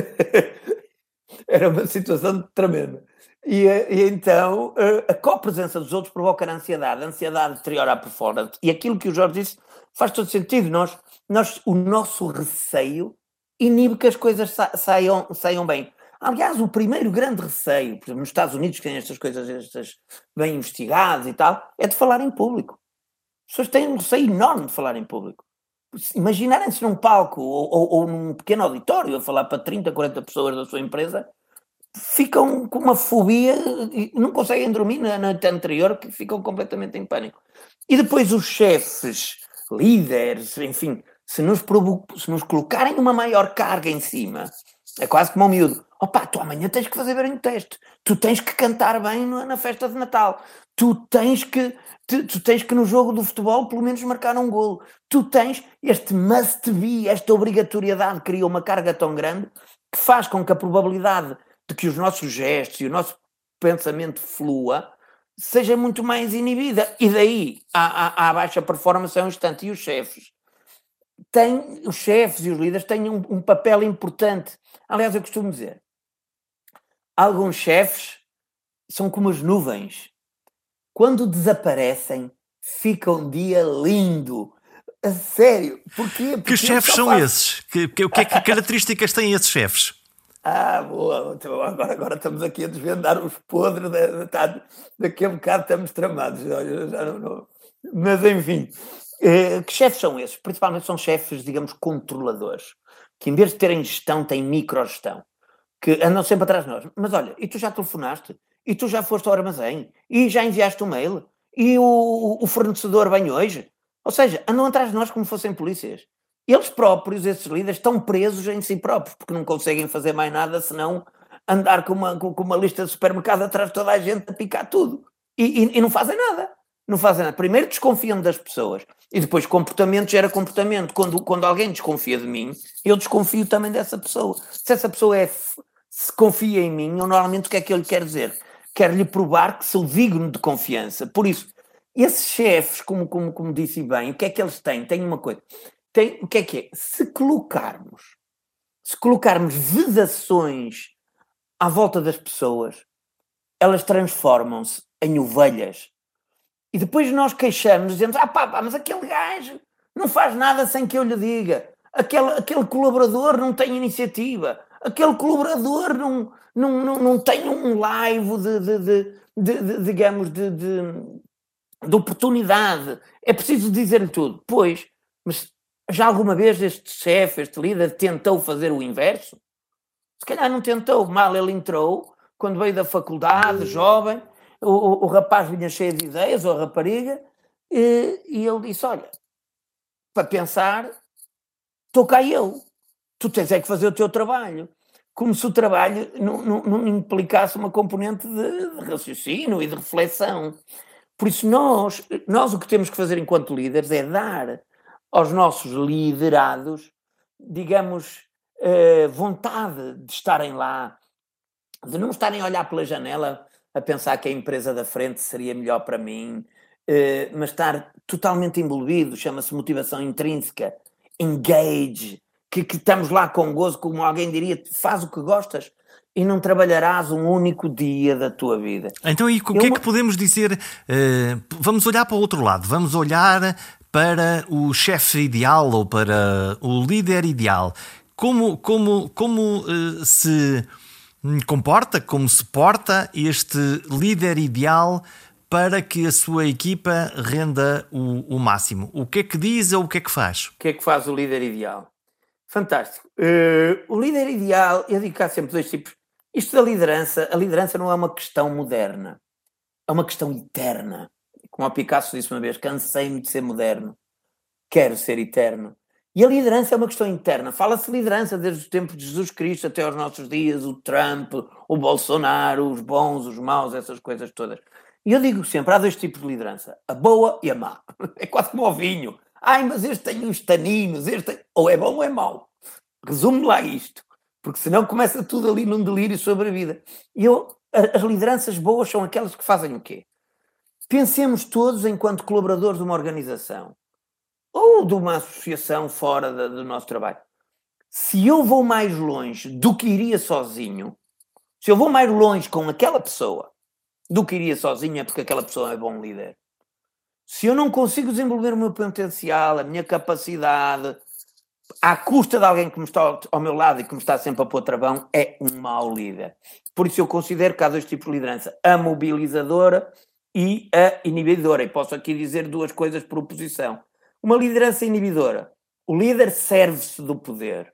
Era uma situação tremenda. E, e então, a copresença dos outros provoca a ansiedade. A ansiedade deteriora a performance. E aquilo que o Jorge disse faz todo sentido. Nós, nós, o nosso receio inibe que as coisas sa- saiam, saiam bem. Aliás, o primeiro grande receio, por exemplo, nos Estados Unidos, que têm estas coisas estas bem investigadas e tal, é de falar em público. As pessoas têm um receio enorme de falar em público. Imaginarem-se num palco ou, ou, ou num pequeno auditório a falar para trinta, quarenta pessoas da sua empresa, ficam com uma fobia e não conseguem dormir na noite anterior, que ficam completamente em pânico. E depois os chefes, líderes, enfim, se nos, provo- se nos colocarem uma maior carga em cima, é quase como um miúdo. Opa, tu amanhã tens que fazer bem o teste. Tu tens que cantar bem na festa de Natal. Tu tens que, tu, tu tens que no jogo do futebol pelo menos marcar um golo. Tu tens este must be, esta obrigatoriedade cria uma carga tão grande que faz com que a probabilidade de que os nossos gestos e o nosso pensamento flua seja muito mais inibida. E daí a, a, a baixa performance é um instante. E os chefes têm, os chefes e os líderes têm um, um papel importante. Aliás, eu costumo dizer, alguns chefes são como as nuvens. Quando desaparecem, fica um dia lindo. A sério. Porquê? Porque que chefes são faz... esses? Que, que, que, que características têm esses chefes? Ah, boa. Então, agora, agora estamos aqui a desvendar os podres. De, de, daqui a um bocado estamos tramados. Já não, não. Mas, enfim. Eh, que chefes são esses? Principalmente são chefes, digamos, controladores. Que em vez de terem gestão, têm microgestão. Que andam sempre atrás de nós. Mas olha, e tu já telefonaste? E tu já foste ao armazém? E já enviaste um mail? E o, o fornecedor vem hoje? Ou seja, andam atrás de nós como fossem polícias. Eles próprios, esses líderes, estão presos em si próprios, porque não conseguem fazer mais nada senão andar com uma, com, com uma lista de supermercado atrás de toda a gente a picar tudo. E, e, e não fazem nada. Não fazem nada. Primeiro desconfiam das pessoas. E depois comportamento gera comportamento. Quando, quando alguém desconfia de mim, eu desconfio também dessa pessoa. Se essa pessoa é... se confia em mim, eu normalmente o que é que eu lhe quero dizer? Quero-lhe provar que sou digno de confiança. Por isso, esses chefes, como, como, como disse bem, o que é que eles têm? Têm uma coisa. Tem, o que é que é? Se colocarmos, se colocarmos vedações à volta das pessoas, elas transformam-se em ovelhas. E depois nós queixamos, dizemos, ah pá, pá, mas aquele gajo não faz nada sem que eu lhe diga. Aquele, aquele colaborador não tem iniciativa. Aquele colaborador não, não, não, não tem um live de, de, de, de, de digamos, de, de, de oportunidade. É preciso dizer-lhe tudo. Pois, mas já alguma vez este chefe, este líder, tentou fazer o inverso? Se calhar não tentou. Mal ele entrou, quando veio da faculdade, jovem, o, o, o rapaz vinha cheio de ideias, ou a rapariga, e, e ele disse, olha, para pensar, estou cá eu. Tu tens é que fazer o teu trabalho. Como se o trabalho não, não, não implicasse uma componente de, de raciocínio e de reflexão. Por isso nós, nós o que temos que fazer enquanto líderes é dar aos nossos liderados, digamos, eh, vontade de estarem lá, de não estarem a olhar pela janela a pensar que a empresa da frente seria melhor para mim, eh, mas estar totalmente envolvido, chama-se motivação intrínseca, engage, Que, que estamos lá com gozo, como alguém diria, faz o que gostas e não trabalharás um único dia da tua vida. Então, e o que Eu... é que podemos dizer? Uh, vamos olhar para o outro lado, vamos olhar para o chefe ideal ou para o líder ideal. Como, como, como uh, se comporta, como se porta este líder ideal para que a sua equipa renda o, o máximo? O que é que diz ou o que é que faz? O que é que faz o líder ideal? Fantástico. Uh, o líder ideal, eu digo que há sempre dois tipos. Isto da liderança, a liderança não é uma questão moderna, é uma questão eterna. Como o Picasso disse uma vez, cansei-me de ser moderno, quero ser eterno. E a liderança é uma questão interna. Fala-se de liderança desde o tempo de Jesus Cristo até aos nossos dias, o Trump, o Bolsonaro, os bons, os maus, essas coisas todas. E eu digo sempre, há dois tipos de liderança, a boa e a má. É quase como o vinho. Ai, mas este tem uns taninos, este tem... ou é bom ou é mau. Resume lá isto, porque senão começa tudo ali num delírio sobre a vida. E eu, as lideranças boas são aquelas que fazem o quê? Pensemos todos enquanto colaboradores de uma organização ou de uma associação fora da, do nosso trabalho. Se eu vou mais longe do que iria sozinho, se eu vou mais longe com aquela pessoa do que iria sozinho, é porque aquela pessoa é bom líder. Se eu não consigo desenvolver o meu potencial, a minha capacidade, à custa de alguém que me está ao meu lado e que me está sempre a pôr travão, é um mau líder. Por isso eu considero que há dois tipos de liderança, a mobilizadora e a inibidora. E posso aqui dizer duas coisas por oposição. Uma liderança inibidora. O líder serve-se do poder.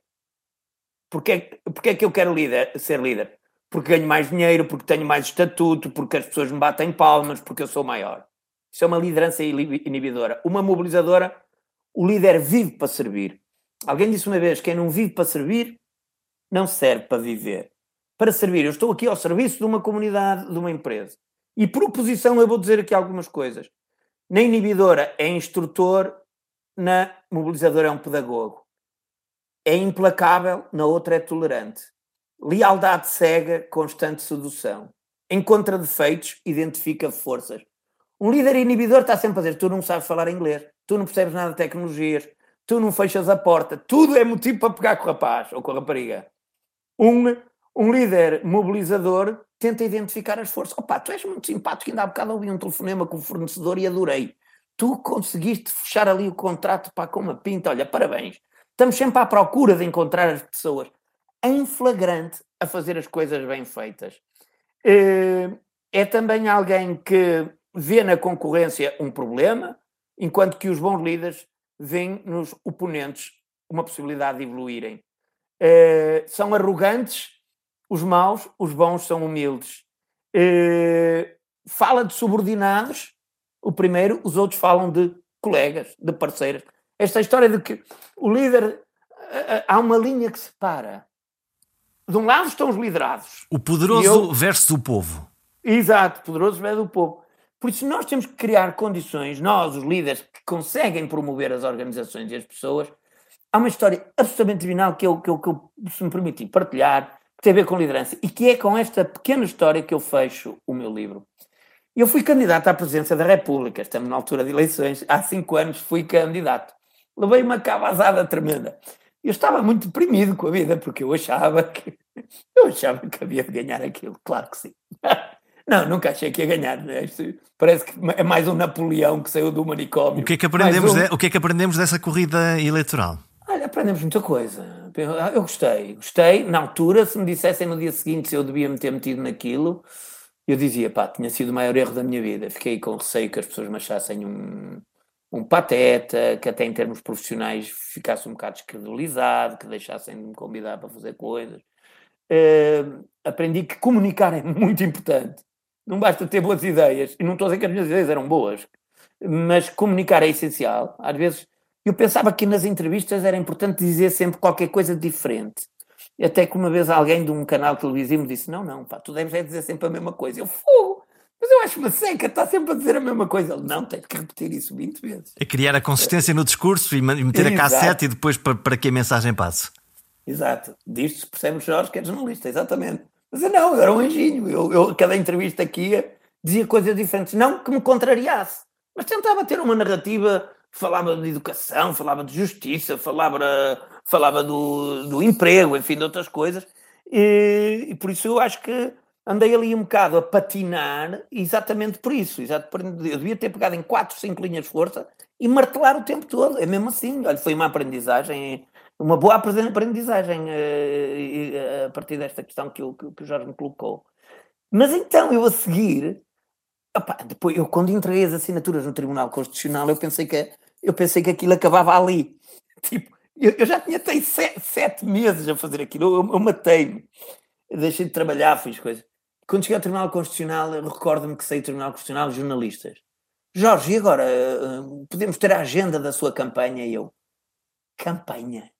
Porquê, porquê é que eu quero líder, ser líder? Porque ganho mais dinheiro, porque tenho mais estatuto, porque as pessoas me batem palmas, porque eu sou maior. Isso é uma liderança inibidora. Uma mobilizadora, o líder vive para servir. Alguém disse uma vez, quem não vive para servir, não serve para viver. para servir. Eu estou aqui ao serviço de uma comunidade, de uma empresa. E por oposição eu vou dizer aqui algumas coisas. Na inibidora é instrutor, na mobilizadora é um pedagogo. É implacável, na outra é tolerante. Lealdade cega, constante sedução. Encontra defeitos, identifica forças. Um líder inibidor está sempre a dizer, tu não sabes falar inglês, tu não percebes nada de tecnologias, tu não fechas a porta, tudo é motivo para pegar com o rapaz ou com a rapariga. Um, um líder mobilizador tenta identificar as forças. Opa, tu és muito simpático, ainda há bocado ouvi um telefonema com o fornecedor e adorei. Tu conseguiste fechar ali o contrato para com uma pinta, olha, parabéns. Estamos sempre à procura de encontrar as pessoas em flagrante a fazer as coisas bem feitas. É também alguém que vê na concorrência um problema, enquanto que os bons líderes veem nos oponentes uma possibilidade de evoluírem. São arrogantes, os maus, os bons são humildes. Fala de subordinados, o primeiro, os outros falam de colegas, de parceiras. Esta história de que o líder, há uma linha que separa. De um lado estão os liderados. O poderoso eu... versus o povo. Exato, poderoso versus o povo. Por isso nós temos que criar condições, nós, os líderes, que conseguem promover as organizações e as pessoas. Há uma história absolutamente divinal que eu, que eu, que eu se me permiti partilhar, que tem a ver com liderança, e que é com esta pequena história que eu fecho o meu livro. Eu fui candidato à presidência da República, estamos na altura de eleições, há cinco anos fui candidato. Levei uma cabazada tremenda. Eu estava muito deprimido com a vida, porque eu achava que eu achava que havia de ganhar aquilo, claro que sim. Não, nunca achei que ia ganhar, né? Isto parece que é mais um Napoleão que saiu do manicômio. O que é que aprendemos, um... de... o que é que aprendemos dessa corrida eleitoral? Olha, aprendemos muita coisa. Eu gostei, gostei. Na altura, se me dissessem no dia seguinte se eu devia me ter metido naquilo, eu dizia, pá, tinha sido o maior erro da minha vida. Fiquei com receio que as pessoas me achassem um... um pateta, que até em termos profissionais ficasse um bocado descredibilizado, que deixassem de me convidar para fazer coisas. Uh, aprendi que comunicar é muito importante. Não basta ter boas ideias, e não estou a dizer que as minhas ideias eram boas, mas comunicar é essencial. Às vezes, eu pensava que nas entrevistas era importante dizer sempre qualquer coisa diferente. Até que uma vez alguém de um canal televisivo me disse, não, não, pá, tu deves é dizer sempre a mesma coisa. Eu, fogo! Mas eu acho uma seca, está sempre a dizer a mesma coisa. Ele, não, tens que repetir isso vinte vezes. É criar a consistência no discurso e meter a cassete e depois para, para que a mensagem passe. Exato. Disto se percebe, Jorge, que é jornalista, exatamente. Mas eu não, eu era um anjinho. Eu, eu, cada entrevista aqui dizia coisas diferentes. Não que me contrariasse, mas tentava ter uma narrativa, falava de educação, falava de justiça, falava, falava do, do emprego, enfim, de outras coisas. E, e por isso eu acho que andei ali um bocado a patinar exatamente por isso. Exato, eu devia ter pegado em quatro, cinco linhas de força e martelar o tempo todo. É mesmo assim. Olha, foi uma aprendizagem, uma boa aprendizagem uh, a partir desta questão que, eu, que o Jorge me colocou. Mas então, eu a seguir, opa, depois, eu quando entreguei as assinaturas no Tribunal Constitucional, eu pensei que, eu pensei que aquilo acabava ali. Tipo, eu, eu já tinha tem sete, sete meses a fazer aquilo. Eu, eu matei-me. Eu deixei de trabalhar, fiz coisas. Quando cheguei ao Tribunal Constitucional, recordo-me que saí do Tribunal Constitucional jornalistas. Jorge, e agora? Uh, podemos ter a agenda da sua campanha? E eu, campanha?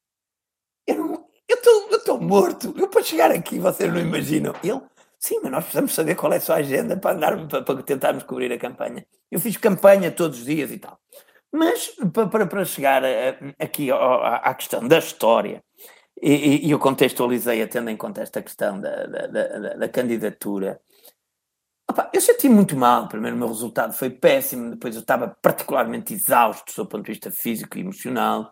Eu estou morto. Eu para chegar aqui, vocês não imaginam. Ele, sim, mas nós precisamos saber qual é a sua agenda para, andar, para, para tentarmos cobrir a campanha. Eu fiz campanha todos os dias e tal. Mas para, para chegar a, aqui à, à questão da história, e, e eu contextualizei, tendo em conta esta questão da, da, da, da candidatura, opa, eu senti muito mal. Primeiro o meu resultado foi péssimo, depois eu estava particularmente exausto do seu ponto de vista físico e emocional,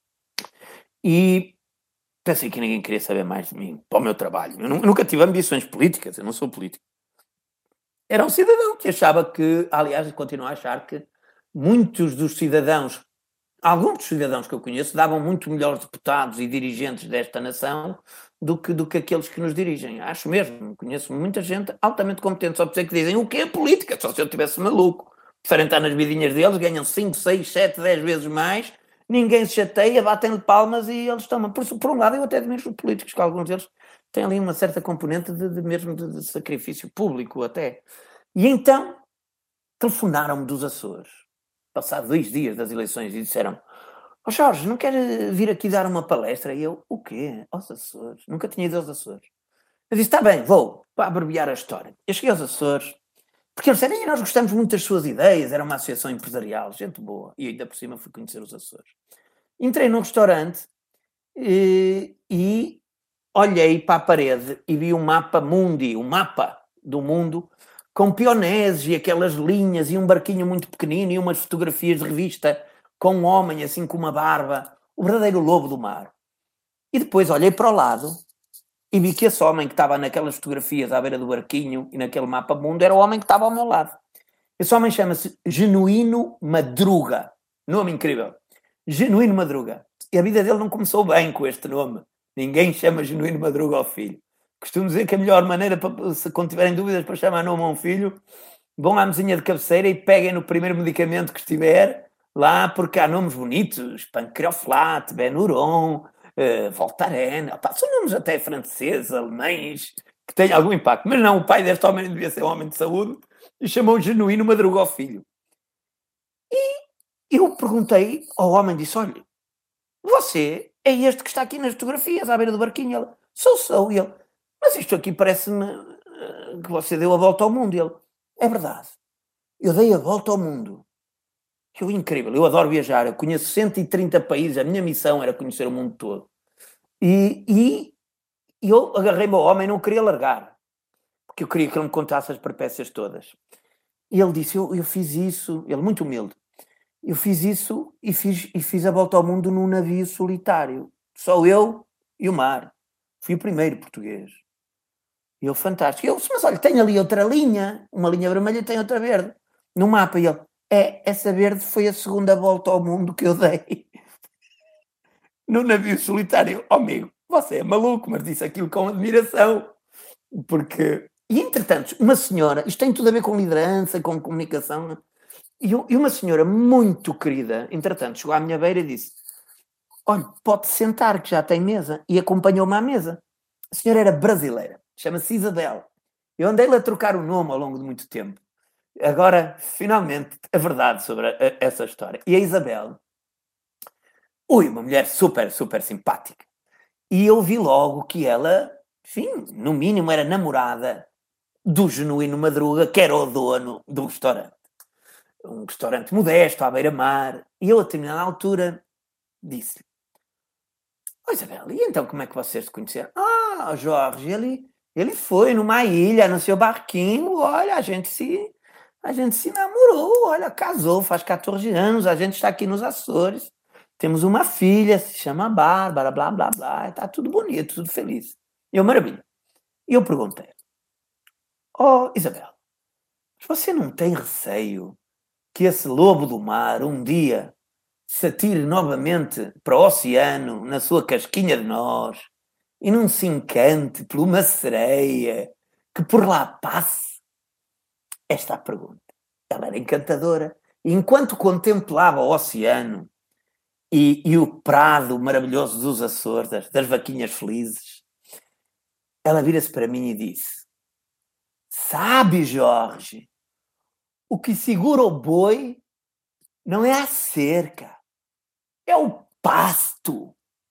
e pensei que ninguém queria saber mais de mim, para o meu trabalho. Eu nunca tive ambições políticas, eu não sou político. Era um cidadão que achava que, aliás, continuo a achar que muitos dos cidadãos, alguns dos cidadãos que eu conheço, davam muito melhores deputados e dirigentes desta nação do que, do que aqueles que nos dirigem. Acho mesmo, conheço muita gente altamente competente, só por dizer que dizem, o que é política? Só se eu estivesse maluco. Preferem estar nas vidinhas deles, ganham cinco, seis, sete, dez vezes mais, ninguém se chateia, batem-lhe palmas e eles tomam. Por, por um lado, eu até admiro os políticos, que alguns deles têm ali uma certa componente de, de mesmo de, de sacrifício público até. E então, telefonaram-me dos Açores, passado dois dias das eleições, e disseram, ó oh Jorge, não quer vir aqui dar uma palestra? E eu, o quê? Aos Açores? Nunca tinha ido aos Açores. Eu disse, está bem, vou, para abreviar a história. Eu cheguei aos Açores, porque eles disseram, nós gostamos muito das suas ideias, era uma associação empresarial, gente boa, e ainda por cima fui conhecer os Açores. Entrei num restaurante e, e olhei para a parede e vi um mapa mundi, um mapa do mundo, com pioneses e aquelas linhas e um barquinho muito pequenino e umas fotografias de revista com um homem assim com uma barba, o verdadeiro lobo do mar. E depois olhei para o lado e vi que esse homem que estava naquelas fotografias à beira do barquinho e naquele mapa mundo era o homem que estava ao meu lado. Esse homem chama-se Genuíno Madruga. Nome incrível. Genuíno Madruga. E a vida dele não começou bem com este nome. Ninguém chama Genuíno Madruga ao filho. Costumo dizer que a melhor maneira, para, se quando tiverem dúvidas para chamar nome a um filho, vão à mesinha de cabeceira e peguem no primeiro medicamento que estiver lá, porque há nomes bonitos. Pancreoflat, Benuron, uh, Voltaren. Opa, são nomes até franceses, alemães, que têm algum impacto. Mas não, o pai deste homem devia ser um homem de saúde e chamou Genuíno Madruga ao filho. E eu perguntei ao homem, disse, olha, você é este que está aqui nas fotografias, à beira do barquinho? Ele, sou, sou. E ele, mas isto aqui parece-me uh, que você deu a volta ao mundo. E ele, é verdade, eu dei a volta ao mundo. Que é incrível, eu adoro viajar, eu conheço cento e trinta países, a minha missão era conhecer o mundo todo. E, e eu agarrei-me ao homem e não queria largar, porque eu queria que ele me contasse as peripécias todas. E ele disse, eu, eu fiz isso, ele muito humilde, eu fiz isso e fiz, e fiz a volta ao mundo num navio solitário. Só eu e o mar. Fui o primeiro português. E ele, fantástico. Eu disse, mas olha, tem ali outra linha, uma linha vermelha e tem outra verde. No mapa, e ele, é, essa verde foi a segunda volta ao mundo que eu dei. No navio solitário. Oh, amigo, você é maluco, mas disse aquilo com admiração. Porque... E, entretanto, uma senhora, isto tem tudo a ver com liderança, com comunicação... E uma senhora muito querida, entretanto, chegou à minha beira e disse, olha, pode sentar que já tem mesa. E acompanhou-me à mesa. A senhora era brasileira, chama-se Isabel. Eu andei-lhe a trocar o nome ao longo de muito tempo. Agora, finalmente, a verdade sobre a, a, essa história. E a Isabel, ui, uma mulher super, super simpática. E eu vi logo que ela, enfim, no mínimo era namorada do Genuíno Madruga, que era o dono do restaurante. Um restaurante modesto, à beira-mar, e eu, a determinada altura, disse-lhe, ó Isabel, e então como é que vocês se conheceram? Ah, Jorge, ele, ele foi numa ilha, no seu barquinho, olha, a gente se, a gente se namorou, olha, casou, faz catorze anos, a gente está aqui nos Açores, temos uma filha, se chama Bárbara, blá, blá, blá, está tudo bonito, tudo feliz. E eu, maravilha. E eu perguntei, ó Isabel, você não tem receio que esse lobo do mar um dia se atire novamente para o oceano na sua casquinha de nós e não se encante por uma sereia que por lá passe? Esta é a pergunta. Ela era encantadora. E enquanto contemplava o oceano e, e o prado maravilhoso dos Açores, das, das vaquinhas felizes, ela vira-se para mim e disse, sabe, Jorge, o que segura o boi não é a cerca, é o pasto.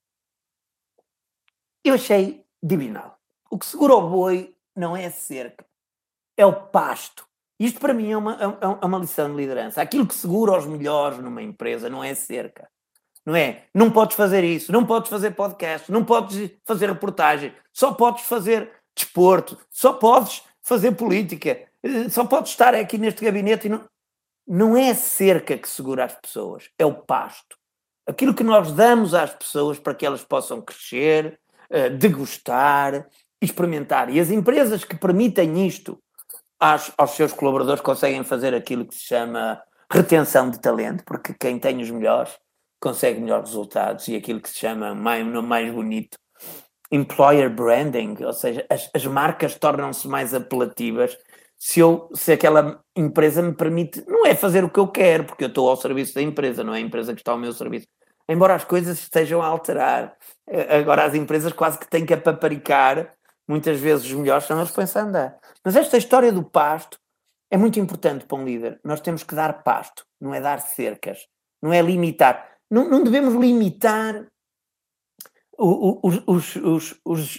Eu achei divinal. O que segura o boi não é a cerca, é o pasto. Isto para mim é uma, é uma lição de liderança. Aquilo que segura os melhores numa empresa não é a cerca. Não é? Não podes fazer isso, não podes fazer podcast, não podes fazer reportagem, só podes fazer desporto, só podes fazer política. Só pode estar aqui neste gabinete e não... Não é a cerca que segura as pessoas, é o pasto. Aquilo que nós damos às pessoas para que elas possam crescer, uh, degustar, experimentar. E as empresas que permitem isto aos, aos seus colaboradores conseguem fazer aquilo que se chama retenção de talento, porque quem tem os melhores consegue melhores resultados, e aquilo que se chama, mais, no mais bonito, employer branding, ou seja, as, as marcas tornam-se mais apelativas se, eu, se aquela empresa me permite, não é fazer o que eu quero, porque eu estou ao serviço da empresa, não é a empresa que está ao meu serviço, embora as coisas estejam a alterar. Agora as empresas quase que têm que apaparicar, muitas vezes os melhores são eles que pensam a andar. Mas esta história do pasto é muito importante para um líder. Nós temos que dar pasto, não é dar cercas, não é limitar. Não, não devemos limitar os, os, os, os,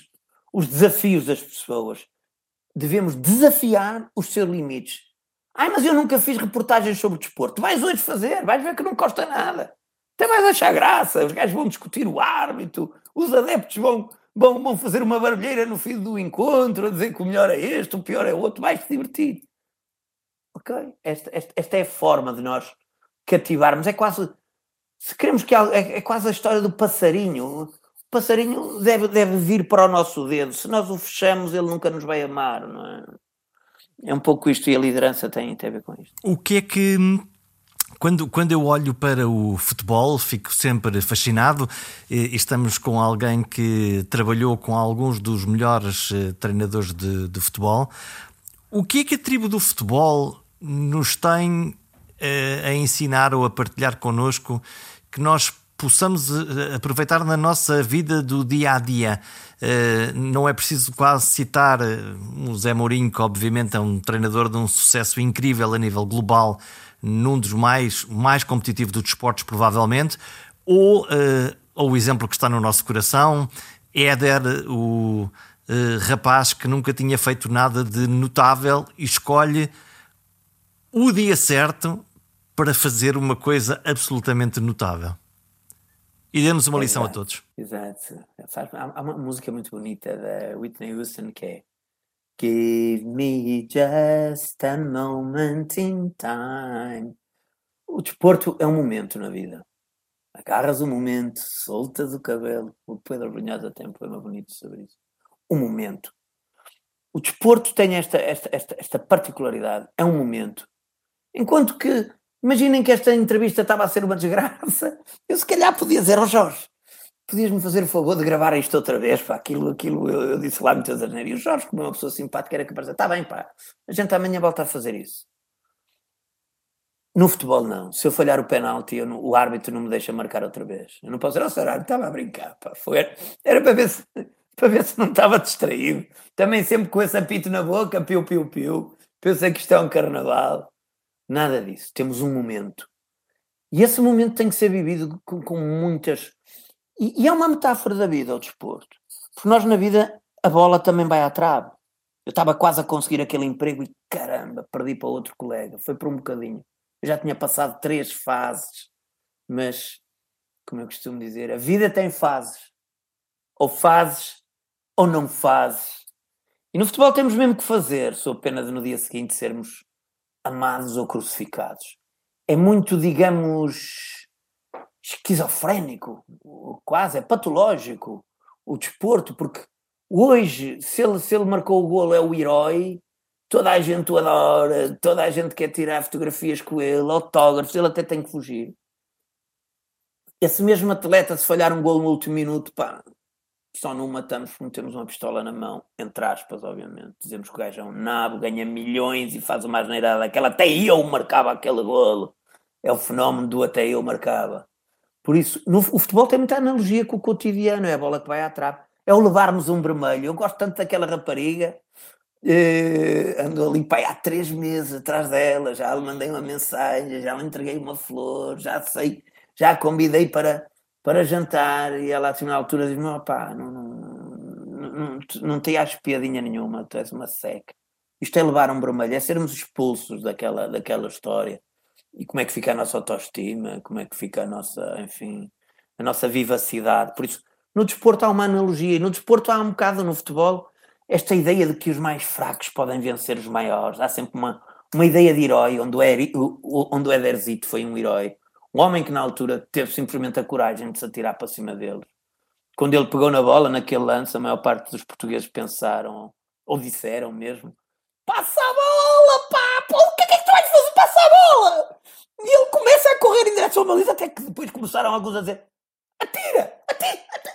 os desafios das pessoas. Devemos desafiar os seus limites. Ai, mas eu nunca fiz reportagens sobre desporto. Vais hoje fazer, vais ver que não custa nada. Até vais achar graça, os gajos vão discutir o árbitro, os adeptos vão, vão, vão fazer uma barulheira no fim do encontro, a dizer que o melhor é este, o pior é o outro, vais-te divertir. Ok? Esta, esta, esta é a forma de nós cativarmos. É quase, se queremos que é, é quase a história do passarinho. O passarinho deve, deve vir para o nosso dedo. Se nós o fechamos, ele nunca nos vai amar, não é? É um pouco isto, e a liderança tem, tem a ver com isto. O que é que... Quando, quando eu olho para o futebol, fico sempre fascinado. E estamos com alguém que trabalhou com alguns dos melhores treinadores de, de futebol. O que é que a tribo do futebol nos tem a ensinar ou a partilhar connosco que nós possamos aproveitar na nossa vida do dia a dia? Não é preciso quase citar o Zé Mourinho, que obviamente é um treinador de um sucesso incrível a nível global, num dos mais, mais competitivos dos desportos, provavelmente, ou, uh, ou o exemplo que está no nosso coração, Éder, o uh, rapaz que nunca tinha feito nada de notável e escolhe o dia certo para fazer uma coisa absolutamente notável. E dê-nos uma lição exato, a todos. Exato. Há uma música muito bonita da Whitney Houston que é Give me just a moment in time. O desporto é um momento na vida. Agarras o momento, soltas o cabelo. O Pedro Brunhosa tem um poema bonito sobre isso. O momento. O desporto tem esta, esta, esta, esta particularidade. É um momento. Enquanto que, imaginem que esta entrevista estava a ser uma desgraça, eu se calhar podia dizer ao Jorge, podias-me fazer o favor de gravar isto outra vez, pá, aquilo, aquilo, eu, eu disse lá muitas asneiras. E o Jorge, como é uma pessoa simpática, era capaz de dizer, está bem, pá, a gente amanhã volta a fazer isso. No futebol, não. Se eu falhar o penalti, eu não, o árbitro não me deixa marcar outra vez. Eu não posso dizer, oh, senhor árbitro, estava a brincar, pá. Foi, era para ver, se, para ver se não estava distraído. Também sempre com esse apito na boca, piu, piu, piu. Pensei que isto é um carnaval. Nada disso. Temos um momento. E esse momento tem que ser vivido com, com muitas... E, e é uma metáfora da vida, o desporto. Porque nós, na vida, a bola também vai à trave. Eu estava quase a conseguir aquele emprego e, caramba, perdi para outro colega. Foi por um bocadinho. Eu já tinha passado três fases. Mas, como eu costumo dizer, a vida tem fases. Ou fases, ou não fases. E no futebol temos mesmo que fazer, sob pena de no dia seguinte sermos amados ou crucificados. É muito, digamos... esquizofrénico, quase, é patológico o desporto, porque hoje, se ele, se ele marcou o golo, é o herói, toda a gente o adora, toda a gente quer tirar fotografias com ele, autógrafos, ele até tem que fugir. Esse mesmo atleta, se falhar um golo no último minuto, pá, só não o matamos porque temos uma pistola na mão, entre aspas, obviamente. Dizemos que o gajo é um nabo, ganha milhões e faz uma asneirada daquela, até eu marcava aquele golo. É o fenómeno do até eu marcava. Por isso, no, o futebol tem muita analogia com o cotidiano, é a bola que vai à trave. É o levarmos um vermelho. Eu gosto tanto daquela rapariga, eh, ando ali pai, há três meses atrás dela, já lhe mandei uma mensagem, já lhe entreguei uma flor, já sei, já a convidei para, para jantar, e ela assim na altura diz-me, oh, pá, não, não, não, não, não te acho piadinha nenhuma, tu és uma seca. Isto é levar um vermelho, é sermos expulsos daquela, daquela história. E como é que fica a nossa autoestima, como é que fica a nossa, enfim, a nossa vivacidade. Por isso, no desporto há uma analogia, e no desporto há um bocado, no futebol, esta ideia de que os mais fracos podem vencer os maiores. Há sempre uma, uma ideia de herói, onde o, Eri, o, onde o Éderzito foi um herói. Um homem que na altura teve simplesmente a coragem de se atirar para cima dele. Quando ele pegou na bola, naquele lance, a maior parte dos portugueses pensaram, ou disseram mesmo, passa a bola, pá! Pô, o que é que, é que tu vais fazer? Passa a bola! E ele começa a correr em direção à baliza, até que depois começaram alguns a dizer, atira, atira, atira,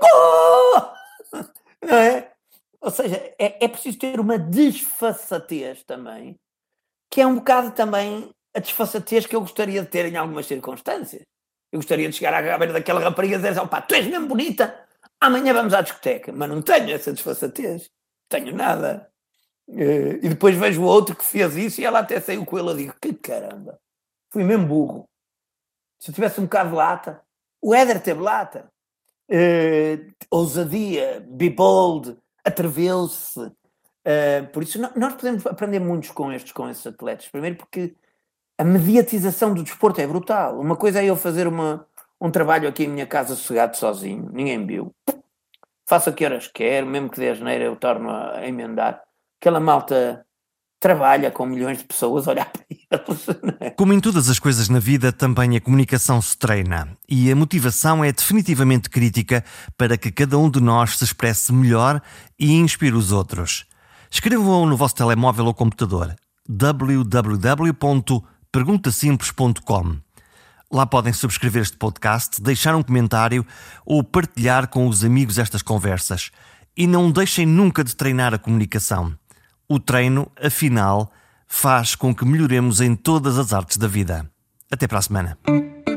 gol! Não é? Ou seja, é, é preciso ter uma desfaçatez também, que é um bocado também a desfaçatez que eu gostaria de ter em algumas circunstâncias. Eu gostaria de chegar à beira daquela rapariga e dizer, opá, tu és mesmo bonita, amanhã vamos à discoteca. Mas não tenho essa desfaçatez, tenho nada. E depois vejo o outro que fez isso e ela até saiu com ele, eu digo, que caramba, fui mesmo burro. Se eu tivesse um bocado de lata, o Éder teve lata. Uh, ousadia, be bold, atreveu-se. Uh, por isso, nós podemos aprender muitos com estes, com estes atletas. Primeiro porque a mediatização do desporto é brutal. Uma coisa é eu fazer uma, um trabalho aqui em minha casa sossegado sozinho, ninguém me viu. Faço a que horas quero, mesmo que dê asneira eu torno a, a emendar. Aquela malta trabalha com milhões de pessoas a olhar para eles. Não é? Como em todas as coisas na vida, também a comunicação se treina. E a motivação é definitivamente crítica para que cada um de nós se expresse melhor e inspire os outros. Escrevam no vosso telemóvel ou computador w w w ponto pergunta simples ponto com. Lá podem subscrever este podcast, deixar um comentário ou partilhar com os amigos estas conversas. E não deixem nunca de treinar a comunicação. O treino, afinal, faz com que melhoremos em todas as artes da vida. Até para a semana.